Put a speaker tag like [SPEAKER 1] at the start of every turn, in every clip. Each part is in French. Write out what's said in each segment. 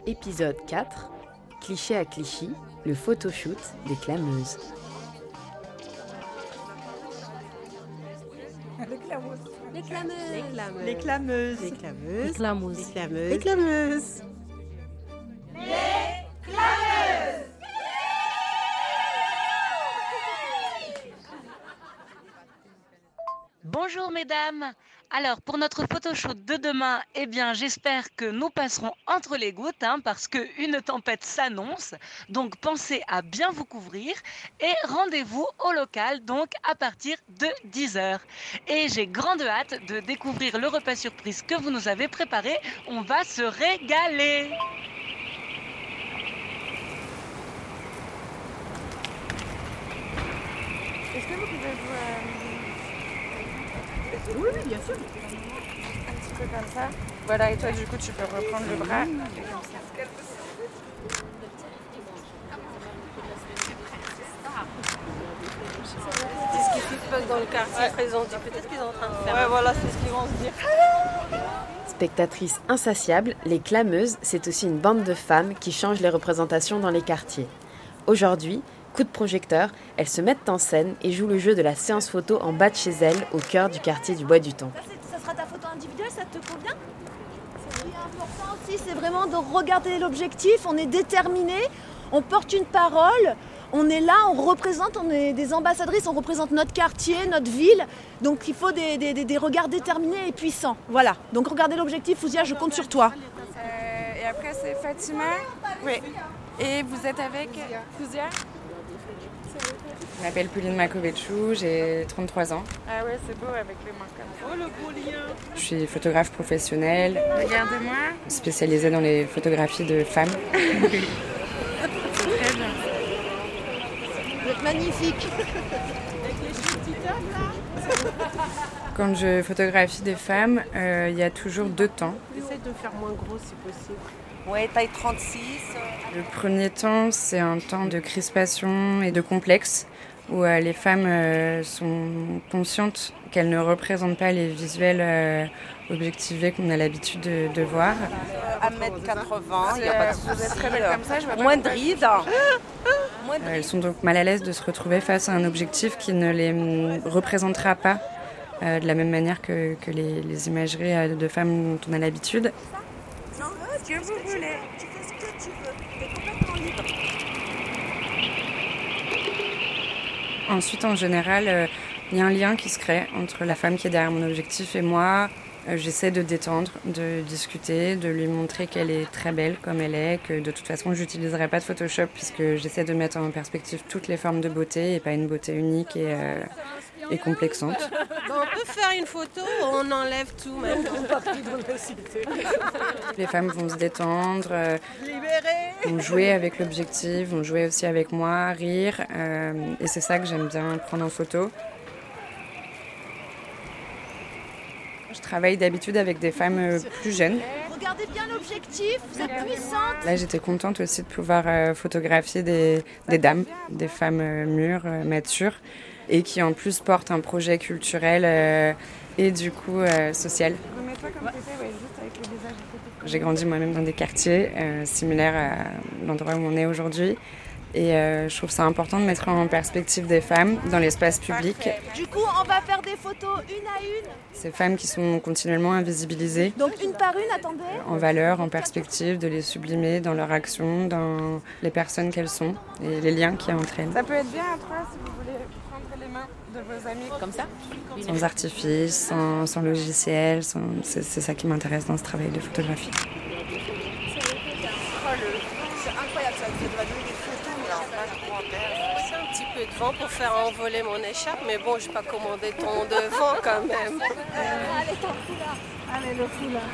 [SPEAKER 1] Épisode 4, Cliché à Clichy, le photoshoot des clameuses.
[SPEAKER 2] Les clameuses.
[SPEAKER 3] Les clameuses.
[SPEAKER 2] Les clameuses.
[SPEAKER 3] Les clameuses.
[SPEAKER 2] Les clameuses.
[SPEAKER 3] Les clameuses.
[SPEAKER 2] Les clameuses.
[SPEAKER 4] Bonjour mesdames. Alors pour notre photoshoot de demain, j'espère que nous passerons entre les gouttes parce qu'une tempête s'annonce. Donc pensez à bien vous couvrir et rendez-vous au local donc à partir de 10h. Et j'ai grande hâte de découvrir le repas surprise que vous nous avez préparé. On va se régaler.
[SPEAKER 2] Est-ce que vous pouvez Oui, bien sûr. Un petit peu comme ça. Voilà, et toi, du coup, tu peux reprendre le bras.
[SPEAKER 3] C'est ce qui se passe dans le quartier présent. Peut-être qu'ils sont en train de faire.
[SPEAKER 2] Ouais, voilà, c'est ce qu'ils vont se dire.
[SPEAKER 1] Spectatrices insatiables, les clameuses, c'est aussi une bande de femmes qui changent les représentations dans les quartiers. Aujourd'hui, coup de projecteur, elles se mettent en scène et jouent le jeu de la séance photo en bas de chez elles, au cœur du quartier du Bois du Temple.
[SPEAKER 5] Ça sera ta photo individuelle, ça te convient? Ce qui est important aussi, c'est vraiment de regarder l'objectif. On est déterminé, on porte une parole, on est là, on représente, on est des ambassadrices, on représente notre quartier, notre ville. Donc il faut des regards déterminés et puissants. Voilà, donc regardez l'objectif, Fouzia, je compte sur toi.
[SPEAKER 2] Et après, c'est Fatima. Oui. Et vous êtes avec Fouzia?
[SPEAKER 6] Je m'appelle Pauline Makovechou, j'ai 33 ans.
[SPEAKER 2] Ah ouais, c'est beau avec les mains comme ça. Oh, le beau lien.
[SPEAKER 6] Je suis photographe professionnelle,
[SPEAKER 2] Regardez-moi.
[SPEAKER 6] spécialisée dans les photographies de femmes.
[SPEAKER 2] C'est très bien.
[SPEAKER 5] Vous êtes magnifique.
[SPEAKER 6] Quand je photographie des femmes, il y a toujours deux temps.
[SPEAKER 3] Essaye de faire moins gros si possible. Ouais, taille 36.
[SPEAKER 6] Le premier temps, c'est un temps de crispation et de complexe, où les femmes sont conscientes qu'elles ne représentent pas les visuels objectivés qu'on a l'habitude de voir.
[SPEAKER 3] 1m80, il n'y a pas de souci.
[SPEAKER 2] Vous êtes très belle comme ça, je vois pas.
[SPEAKER 3] Moins de rides.
[SPEAKER 6] Elles sont donc mal à l'aise de se retrouver face à un objectif qui ne les représentera pas de la même manière que les imageries de femmes dont on a l'habitude.
[SPEAKER 2] Ce que vous voulez.
[SPEAKER 5] Tu fais ce que tu veux. Tu es complètement libre.
[SPEAKER 6] Ensuite, en général, il y a un lien qui se crée entre la femme qui est derrière mon objectif et moi. J'essaie de détendre, de discuter, de lui montrer qu'elle est très belle comme elle est, que de toute façon, je n'utiliserai pas de Photoshop puisque j'essaie de mettre en perspective toutes les formes de beauté et pas une beauté unique et complexante.
[SPEAKER 3] Bon, on peut faire une photo, on enlève tout maintenant.
[SPEAKER 6] Les femmes vont se détendre, vont jouer avec l'objectif, vont jouer aussi avec moi, rire. Et c'est ça que j'aime bien prendre en photo. Je travaille d'habitude avec des femmes plus jeunes.
[SPEAKER 5] Regardez bien l'objectif, vous êtes puissante.
[SPEAKER 6] Là, j'étais contente aussi de pouvoir photographier des dames, des femmes mûres, matures, et qui en plus portent un projet culturel et du coup social.
[SPEAKER 2] Remets-toi comme tu étais, juste avec le visage.
[SPEAKER 6] J'ai grandi moi-même dans des quartiers similaires à l'endroit où on est aujourd'hui. Et je trouve ça important de mettre en perspective des femmes dans l'espace public.
[SPEAKER 5] Du coup, on va faire des photos une à une.
[SPEAKER 6] Ces femmes qui sont continuellement invisibilisées.
[SPEAKER 5] Donc une par une, attendez.
[SPEAKER 6] En valeur, en perspective, de les sublimer dans leur action, dans les personnes qu'elles sont et les liens qu'il y a entre elles.
[SPEAKER 2] Ça peut être bien à trois si vous voulez prendre les mains de vos amis.
[SPEAKER 3] Comme ça?
[SPEAKER 6] Sans artifice, sans logiciel, c'est ça qui m'intéresse dans ce travail de photographie.
[SPEAKER 5] C'est incroyable ça, vous devez donner des photos.
[SPEAKER 3] C'est un petit peu de vent pour faire envoler mon écharpe, mais bon, je n'ai pas commandé ton devant quand même.
[SPEAKER 5] Allez, t'en fous là.
[SPEAKER 2] Allez, le fou là.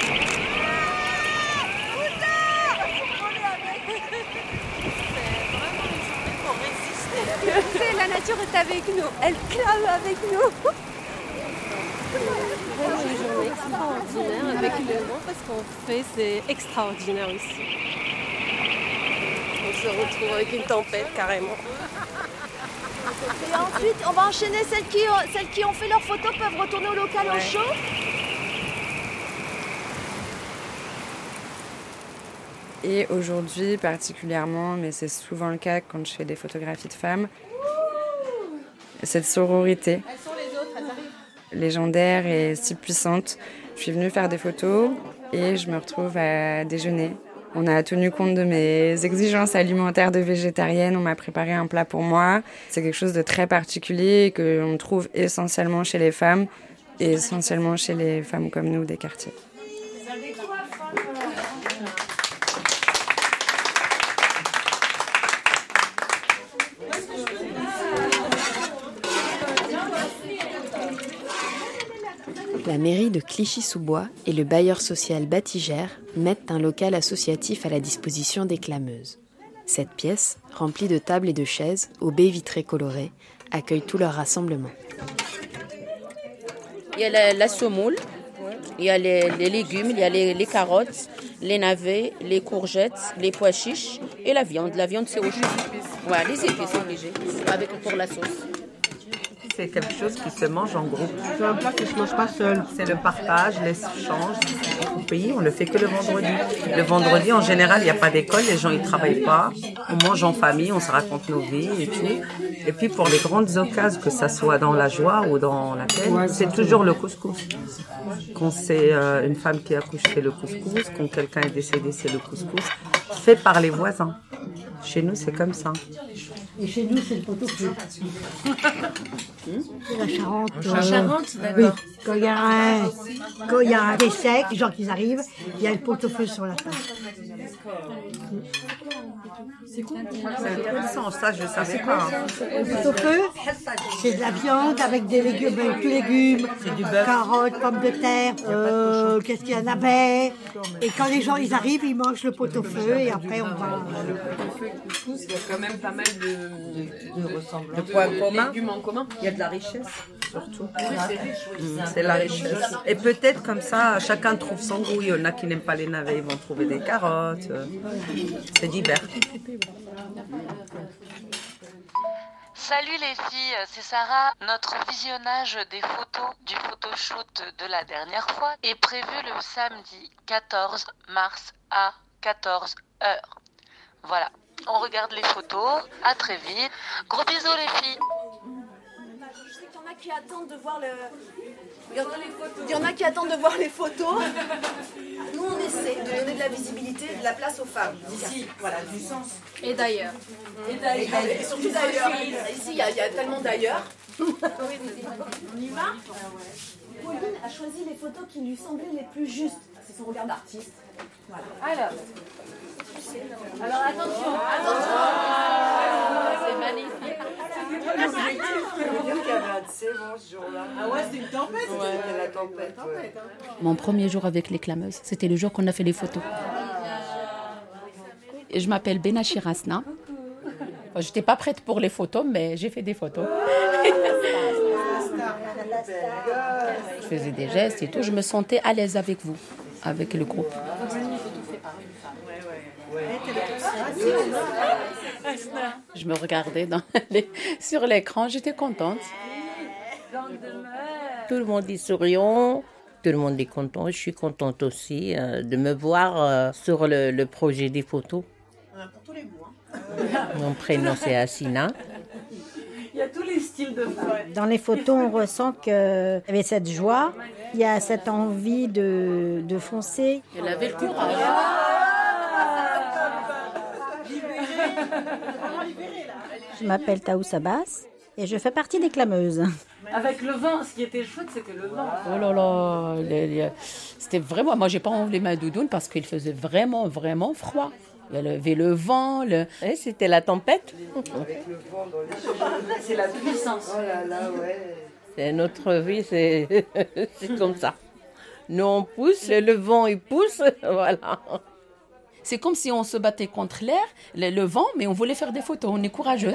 [SPEAKER 5] La nature est avec nous, elle clame avec nous.
[SPEAKER 3] Vraiment une journée extraordinaire avec le vent parce qu'on fait, c'est extraordinaire ici. On se retrouve avec une tempête carrément.
[SPEAKER 5] Et ensuite, on va enchaîner celles qui ont fait leurs photos peuvent retourner au local au chaud.
[SPEAKER 6] Et aujourd'hui particulièrement, mais c'est souvent le cas quand je fais des photographies de femmes, cette sororité légendaire et si puissante. Je suis venue faire des photos et je me retrouve à déjeuner. On a tenu compte de mes exigences alimentaires de végétarienne, on m'a préparé un plat pour moi. C'est quelque chose de très particulier que l'on trouve essentiellement chez les femmes et essentiellement chez les femmes comme nous des quartiers.
[SPEAKER 1] La mairie de Clichy-sous-Bois et le bailleur social Batigère mettent un local associatif à la disposition des clameuses. Cette pièce, remplie de tables et de chaises, aux baies vitrées colorées, accueille tout leur rassemblement.
[SPEAKER 7] Il y a la semoule, il y a les légumes, il y a les carottes, les navets, les courgettes, les pois chiches et la viande. La viande, c'est au jus. Ouais, les épices obligés, pour la sauce.
[SPEAKER 8] C'est quelque chose qui se mange en groupe. C'est un plat qui ne se mange pas seul. C'est le partage, l'échange. Au pays, on ne le fait que le vendredi. Le vendredi, en général, il n'y a pas d'école, les gens ne travaillent pas. On mange en famille, on se raconte nos vies et tout. Et puis pour les grandes occasions, que ça soit dans la joie ou dans la peine, c'est toujours le couscous. Quand c'est une femme qui accouche, c'est le couscous. Quand quelqu'un est décédé, c'est le couscous. Fait par les voisins. Chez nous, c'est comme ça.
[SPEAKER 9] Et chez nous, c'est le pot-au-feu. C'est la Charente.
[SPEAKER 7] La Charente, d'accord.
[SPEAKER 9] Oui, quand il y a un décès, les gens qui arrivent, il y a le pot-au-feu sur la table.
[SPEAKER 8] C'est intéressant, ça je ne savais pas.
[SPEAKER 9] Le pot-au-feu, c'est de la viande avec des légumes, avec tous les légumes,
[SPEAKER 8] c'est du bœuf,
[SPEAKER 9] carottes, pommes de terre, qu'est-ce qu'il y en avait. Et quand les gens ils arrivent, ils mangent le pot-au-feu et après on va.
[SPEAKER 8] Le pot-au-feu et le couscous, il y a quand même pas mal de ressemblances.
[SPEAKER 7] De points communs.
[SPEAKER 8] Légumes en commun. Il y a de la richesse, surtout. C'est la richesse. Et peut-être comme ça, chacun trouve son goût. Il y en a qui n'aiment pas les navets, ils vont trouver des carottes. C'est divers.
[SPEAKER 4] Salut les filles, c'est Sarah. Notre visionnage des photos du photoshoot de la dernière fois est prévu le samedi 14 mars à 14h. Voilà, on regarde les photos. À très vite. Gros bisous les filles.
[SPEAKER 5] Je sais qu'il y en a qui attendent de voir Il y en a qui attendent de voir les photos. Nous, on essaie de donner de la visibilité, de la place aux femmes. Ici, voilà, du sens.
[SPEAKER 2] Et d'ailleurs.
[SPEAKER 5] Et surtout d'ailleurs. Ici, il y a tellement d'ailleurs. On y va ? Pauline a choisi les photos qui lui semblaient les plus justes. C'est son regard d'artiste. Voilà.
[SPEAKER 2] Alors attention. C'est magnifique.
[SPEAKER 5] Ah ouais, c'est une tempête.
[SPEAKER 2] Ouais.
[SPEAKER 5] La tempête.
[SPEAKER 10] Mon premier jour avec les clameuses, c'était le jour qu'on a fait les photos. Et je m'appelle Benachir Asna. Je n'étais pas prête pour les photos, mais j'ai fait des photos. Je faisais des gestes et tout. Je me sentais à l'aise avec vous, avec le groupe. Je me regardais sur l'écran, j'étais contente.
[SPEAKER 7] Tout le monde est souriant, tout le monde est content. Je suis contente aussi de me voir sur le projet des photos.
[SPEAKER 5] Pour tous les goûts.
[SPEAKER 7] Mon prénom c'est Assina.
[SPEAKER 2] Il y a tous les styles de femmes.
[SPEAKER 9] Dans les photos, on ressent qu'il y avait cette joie, il y a cette envie de foncer.
[SPEAKER 10] Elle avait le courage.
[SPEAKER 9] Je m'appelle Taous Abbas et je fais partie des clameuses.
[SPEAKER 2] Avec le vent, ce qui était chouette, c'était le vent.
[SPEAKER 10] Oh là là, c'était vraiment... Moi, j'ai pas enlevé ma doudoune parce qu'il faisait vraiment, vraiment froid. Il y avait le vent,
[SPEAKER 7] C'était la tempête.
[SPEAKER 2] C'est la puissance.
[SPEAKER 5] Oh là là, ouais.
[SPEAKER 7] C'est notre vie, c'est comme ça. Nous, on pousse, le vent, il pousse, voilà.
[SPEAKER 10] C'est comme si on se battait contre l'air, le vent, mais on voulait faire des photos. On est courageuse.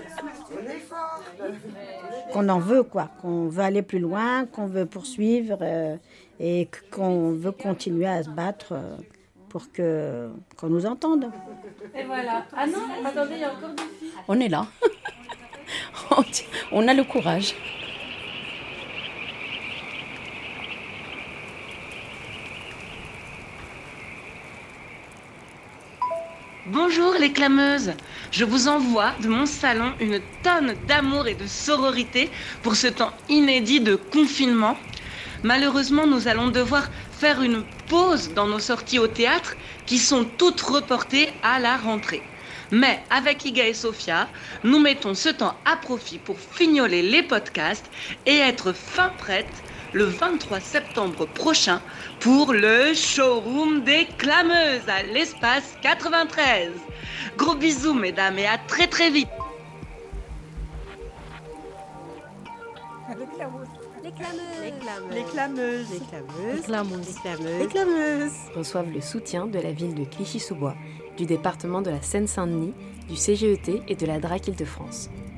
[SPEAKER 9] Qu'on en veut, quoi. Qu'on veut aller plus loin, qu'on veut poursuivre et qu'on veut continuer à se battre pour qu'on nous entende.
[SPEAKER 2] Et voilà. Ah non, attendez, il y a encore des filles.
[SPEAKER 10] On est là. On a le courage.
[SPEAKER 4] Bonjour les clameuses. Je vous envoie de mon salon une tonne d'amour et de sororité pour ce temps inédit de confinement. Malheureusement, nous allons devoir faire une pause dans nos sorties au théâtre qui sont toutes reportées à la rentrée. Mais avec Iga et Sophia, nous mettons ce temps à profit pour fignoler les podcasts et être fin prêtes le 23 septembre prochain pour le showroom des clameuses à l'espace 93. Gros bisous mesdames et à très très vite.
[SPEAKER 1] Les clameuses reçoivent le soutien de la ville de Clichy-sous-Bois, du département de la Seine-Saint-Denis, du CGET et de la DRAC Île-de-France.